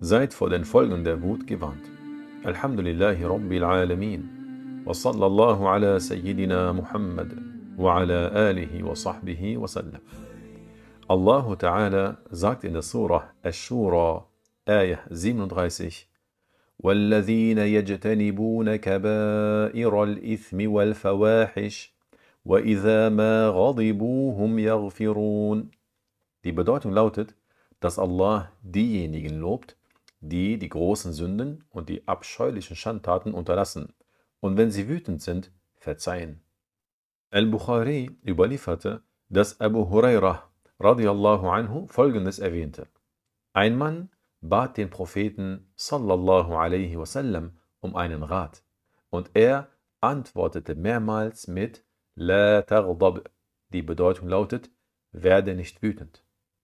Seid vor den Folgen der Wut gewarnt. Alhamdulillahi Rabbil Alameen. Wa sallallahu ala Sayyidina Muhammad wa ala alihi wa sahbihi wa sallam. Allah Ta'ala sagt in der Surah Ash-Shura, Ayah 37, وَالَّذِينَ يَجْتَنِبُونَ كَبَائِرَ الْإِثْمِ وَالْفَوَاحِشِ وَإِذَا مَا غَضِبُوا هُمْ يَغْفِرُونَ. Die Bedeutung lautet, dass Allah diejenigen lobt, die die großen Sünden und die abscheulichen Schandtaten unterlassen und wenn sie wütend sind, verzeihen. Al-Bukhari überlieferte, dass Abu Hurairah radiyallahu anhu Folgendes erwähnte: Ein Mann bat den Propheten sallallahu alaihi wasallam um einen Rat und er antwortete mehrmals mit La taghdab. Die Bedeutung lautet, werde nicht wütend.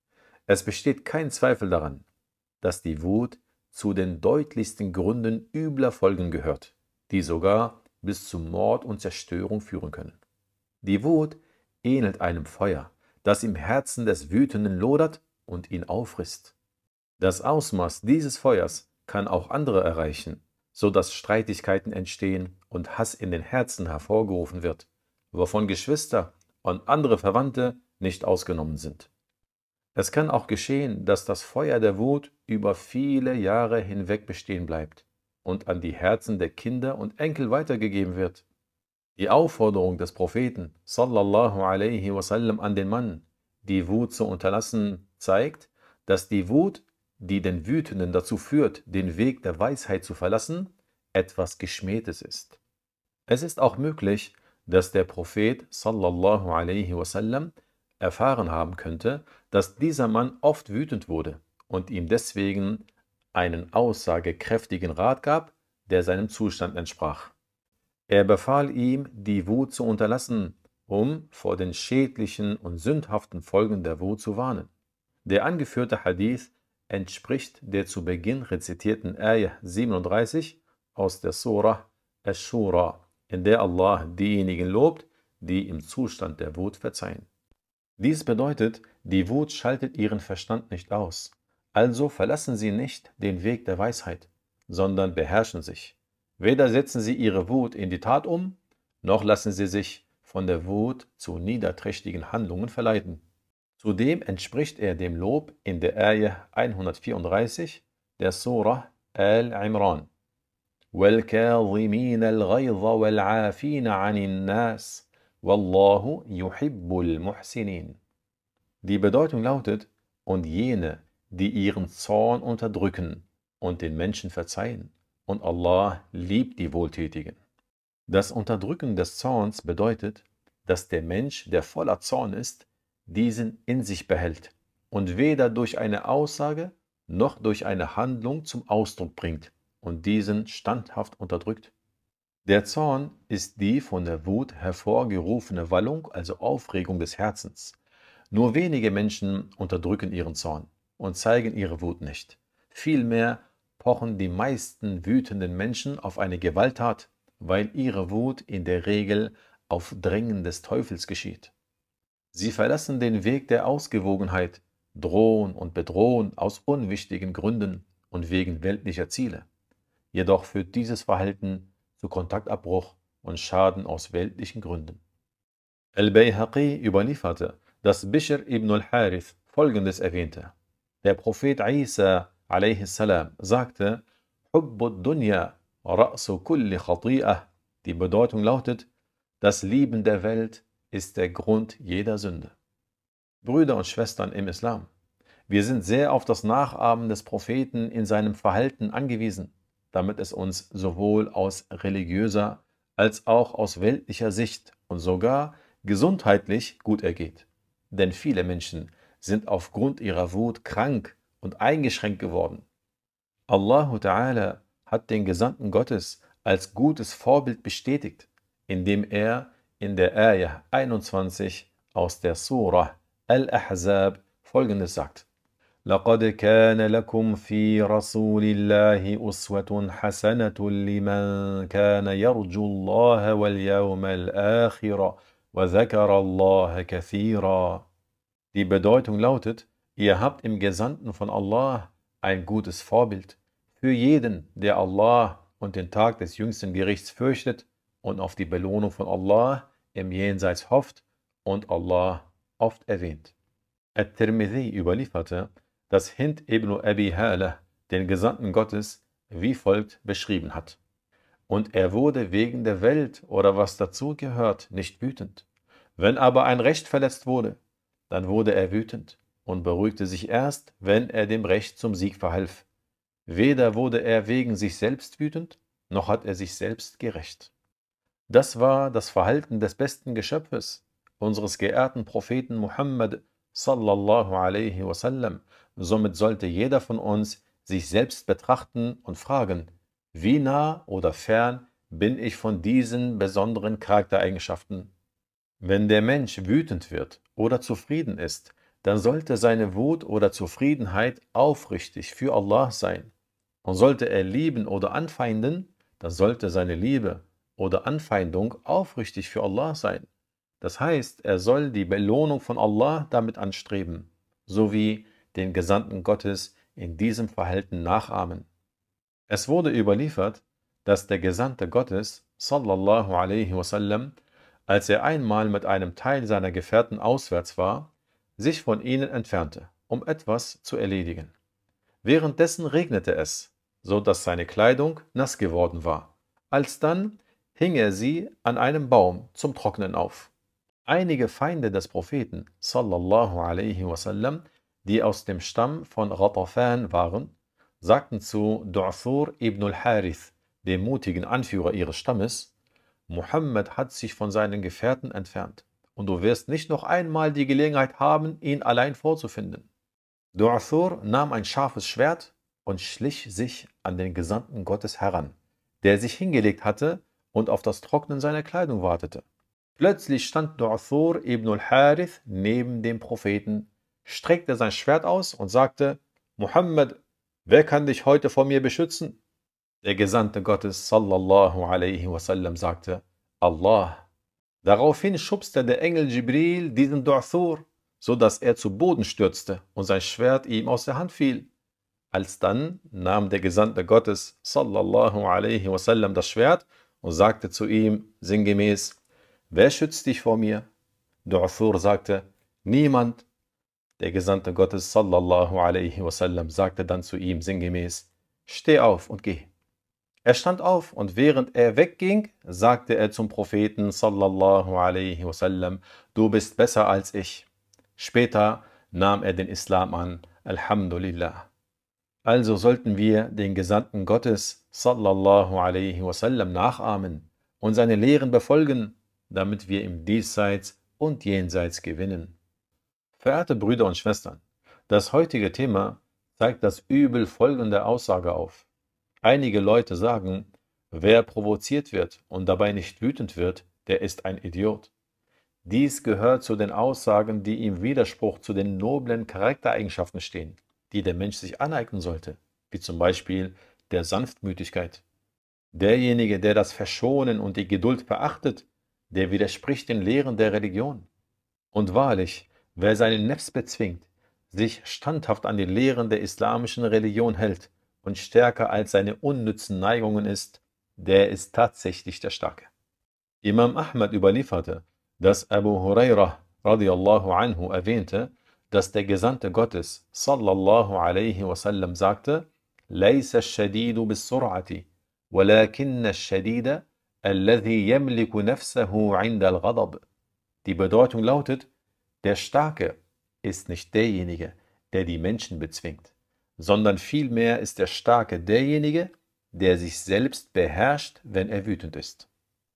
Es besteht kein Zweifel daran, dass die Wut zu den deutlichsten Gründen übler Folgen gehört, die sogar bis zu Mord und Zerstörung führen können. Die Wut ähnelt einem Feuer, das im Herzen des Wütenden lodert und ihn auffrisst. Das Ausmaß dieses Feuers kann auch andere erreichen, sodass Streitigkeiten entstehen und Hass in den Herzen hervorgerufen wird, wovon Geschwister und andere Verwandte nicht ausgenommen sind. Es kann auch geschehen, dass das Feuer der Wut über viele Jahre hinweg bestehen bleibt und an die Herzen der Kinder und Enkel weitergegeben wird. Die Aufforderung des Propheten sallallahu alaihi wasallam an den Mann, die Wut zu unterlassen, zeigt, dass die Wut, die den Wütenden dazu führt, den Weg der Weisheit zu verlassen, etwas Geschmähtes ist. Es ist auch möglich, dass der Prophet sallallahu alaihi wasallam erfahren haben könnte, dass dieser Mann oft wütend wurde und ihm deswegen einen aussagekräftigen Rat gab, der seinem Zustand entsprach. Er befahl ihm, die Wut zu unterlassen, um vor den schädlichen und sündhaften Folgen der Wut zu warnen. Der angeführte Hadith entspricht der zu Beginn rezitierten Ayah 37 aus der Surah Ash-Shura, in der Allah diejenigen lobt, die im Zustand der Wut verzeihen. Dies bedeutet, die Wut schaltet ihren Verstand nicht aus, also verlassen sie nicht den Weg der Weisheit, sondern beherrschen sich. Weder setzen sie ihre Wut in die Tat um, noch lassen sie sich von der Wut zu niederträchtigen Handlungen verleiten. Zudem entspricht er dem Lob in der Ayah 134 der Surah Al-Imran. وَالْكَاظِمِينَ الْغَيْظَ وَالْعَافِينَ عَنِ النَّاسِ Wallahu yuhibbul muhsinin. Die Bedeutung lautet, und jene, die ihren Zorn unterdrücken und den Menschen verzeihen, und Allah liebt die Wohltätigen. Das Unterdrücken des Zorns bedeutet, dass der Mensch, der voller Zorn ist, diesen in sich behält und weder durch eine Aussage noch durch eine Handlung zum Ausdruck bringt und diesen standhaft unterdrückt. Der Zorn ist die von der Wut hervorgerufene Wallung, also Aufregung des Herzens. Nur wenige Menschen unterdrücken ihren Zorn und zeigen ihre Wut nicht. Vielmehr pochen die meisten wütenden Menschen auf eine Gewalttat, weil ihre Wut in der Regel auf Drängen des Teufels geschieht. Sie verlassen den Weg der Ausgewogenheit, drohen und bedrohen aus unwichtigen Gründen und wegen weltlicher Ziele. Jedoch führt dieses Verhalten zu Kontaktabbruch und Schaden aus weltlichen Gründen. Al-Bayhaqi überlieferte, dass Bishr ibn al-Harith Folgendes erwähnte: Der Prophet Isa a.s. sagte, Hubbu dunya ra'su kulli khati'ah. Die Bedeutung lautet, das Lieben der Welt ist der Grund jeder Sünde. Brüder und Schwestern im Islam, wir sind sehr auf das Nachahmen des Propheten in seinem Verhalten angewiesen, damit es uns sowohl aus religiöser als auch aus weltlicher Sicht und sogar gesundheitlich gut ergeht. Denn viele Menschen sind aufgrund ihrer Wut krank und eingeschränkt geworden. Allahu Ta'ala hat den Gesandten Gottes als gutes Vorbild bestätigt, indem er in der Ayah 21 aus der Surah Al-Ahzab Folgendes sagt: لقد كان لكم في رسول الله أسوة حسنة لمن كان يرجو الله واليوم الآخر وذكر الله كثيرا. Die Bedeutung lautet, ihr habt im Gesandten von Allah ein gutes Vorbild für jeden, der Allah und den Tag des jüngsten Gerichts fürchtet und auf die Belohnung von Allah im Jenseits hofft und Allah oft erwähnt. At-Tirmidhi überlieferte, dass Hind ibn Abi Halah den Gesandten Gottes wie folgt beschrieben hat: Und er wurde wegen der Welt oder was dazu gehört nicht wütend. Wenn aber ein Recht verletzt wurde, dann wurde er wütend und beruhigte sich erst, wenn er dem Recht zum Sieg verhalf. Weder wurde er wegen sich selbst wütend, noch hat er sich selbst gerächt. Das war das Verhalten des besten Geschöpfes, unseres geehrten Propheten Muhammad sallallahu alaihi wasallam. Somit sollte jeder von uns sich selbst betrachten und fragen, wie nah oder fern bin ich von diesen besonderen Charaktereigenschaften? Wenn der Mensch wütend wird oder zufrieden ist, dann sollte seine Wut oder Zufriedenheit aufrichtig für Allah sein. Und sollte er lieben oder anfeinden, dann sollte seine Liebe oder Anfeindung aufrichtig für Allah sein. Das heißt, er soll die Belohnung von Allah damit anstreben, sowie den Gesandten Gottes in diesem Verhalten nachahmen. Es wurde überliefert, dass der Gesandte Gottes, sallallahu alaihi wasallam, als er einmal mit einem Teil seiner Gefährten auswärts war, sich von ihnen entfernte, um etwas zu erledigen. Währenddessen regnete es, so dass seine Kleidung nass geworden war. Alsdann hing er sie an einem Baum zum Trocknen auf. Einige Feinde des Propheten, sallallahu alaihi wasallam, die aus dem Stamm von Ghatafan waren, sagten zu Du'thur ibn al-Harith, dem mutigen Anführer ihres Stammes: Muhammad hat sich von seinen Gefährten entfernt, und du wirst nicht noch einmal die Gelegenheit haben, ihn allein vorzufinden. Du'thur nahm ein scharfes Schwert und schlich sich an den Gesandten Gottes heran, der sich hingelegt hatte und auf das Trocknen seiner Kleidung wartete. Plötzlich stand Du'thur ibn al-Harith neben dem Propheten, streckte sein Schwert aus und sagte: Muhammad, wer kann dich heute vor mir beschützen? Der Gesandte Gottes sallallahu alaihi wasallam sagte: Allah. Daraufhin schubste der Engel Jibril diesen Du'thur, so dass er zu Boden stürzte und sein Schwert ihm aus der Hand fiel. Alsdann nahm der Gesandte Gottes sallallahu alaihi wasallam das Schwert und sagte zu ihm sinngemäß: Wer schützt dich vor mir? Du'thur sagte: Niemand. Der Gesandte Gottes sallallahu alaihi wasallam sagte dann zu ihm sinngemäß: Steh auf und geh. Er stand auf und während er wegging, sagte er zum Propheten sallallahu alaihi wasallam: Du bist besser als ich. Später nahm er den Islam an. Alhamdulillah. Also sollten wir den Gesandten Gottes sallallahu alaihi wasallam nachahmen und seine Lehren befolgen, damit wir im Diesseits und Jenseits gewinnen. Verehrte Brüder und Schwestern, das heutige Thema zeigt das Übel folgender Aussage auf. Einige Leute sagen, wer provoziert wird und dabei nicht wütend wird, der ist ein Idiot. Dies gehört zu den Aussagen, die im Widerspruch zu den noblen Charaktereigenschaften stehen, die der Mensch sich aneignen sollte, wie zum Beispiel der Sanftmütigkeit. Derjenige, der das Verschonen und die Geduld verachtet, der widerspricht den Lehren der Religion. Und wahrlich, wer seinen Nefs bezwingt, sich standhaft an die Lehren der islamischen Religion hält und stärker als seine unnützen Neigungen ist, der ist tatsächlich der Starke. Imam Ahmad überlieferte, dass Abu Hurairah radiallahu anhu erwähnte, dass der Gesandte Gottes sallallahu alaihi wasallam sagte: Laysa ash-shadidu bis-sur'ati, walakinna ash-shadida alladhi yamliku nafsahu 'inda al-ghadab. Die Bedeutung lautet: Der Starke ist nicht derjenige, der die Menschen bezwingt, sondern vielmehr ist der Starke derjenige, der sich selbst beherrscht, wenn er wütend ist.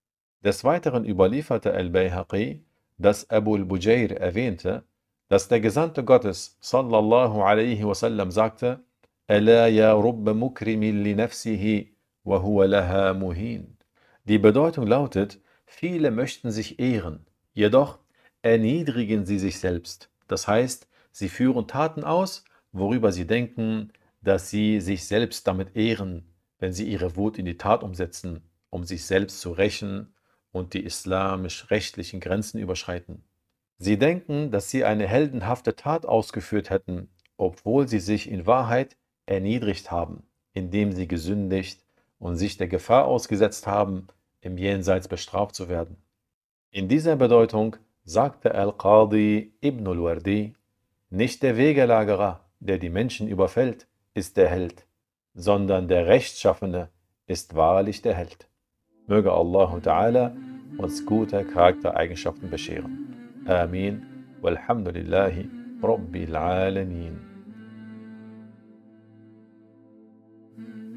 Des Weiteren überlieferte al-Bayhaqi, dass Abu al-Bujayr erwähnte, dass der Gesandte Gottes sallallahu alaihi wasallam sagte: Ala ya rubba mukrimin li nafsihi wa huwa laha muhin. Die Bedeutung lautet: Viele möchten sich ehren, jedoch erniedrigen sie sich selbst. Das heißt, sie führen Taten aus, worüber sie denken, dass sie sich selbst damit ehren, wenn sie ihre Wut in die Tat umsetzen, um sich selbst zu rächen und die islamisch-rechtlichen Grenzen überschreiten. Sie denken, dass sie eine heldenhafte Tat ausgeführt hätten, obwohl sie sich in Wahrheit erniedrigt haben, indem sie gesündigt und sich der Gefahr ausgesetzt haben, im Jenseits bestraft zu werden. In dieser Bedeutung sagte Al-Qadi ibn al-Wardi: Nicht der Wegelagerer, der die Menschen überfällt, ist der Held, sondern der Rechtschaffene ist wahrlich der Held. Möge Allah Ta'ala uns gute Charaktereigenschaften bescheren. Amin. Walhamdulillahi Rabbil Alamin.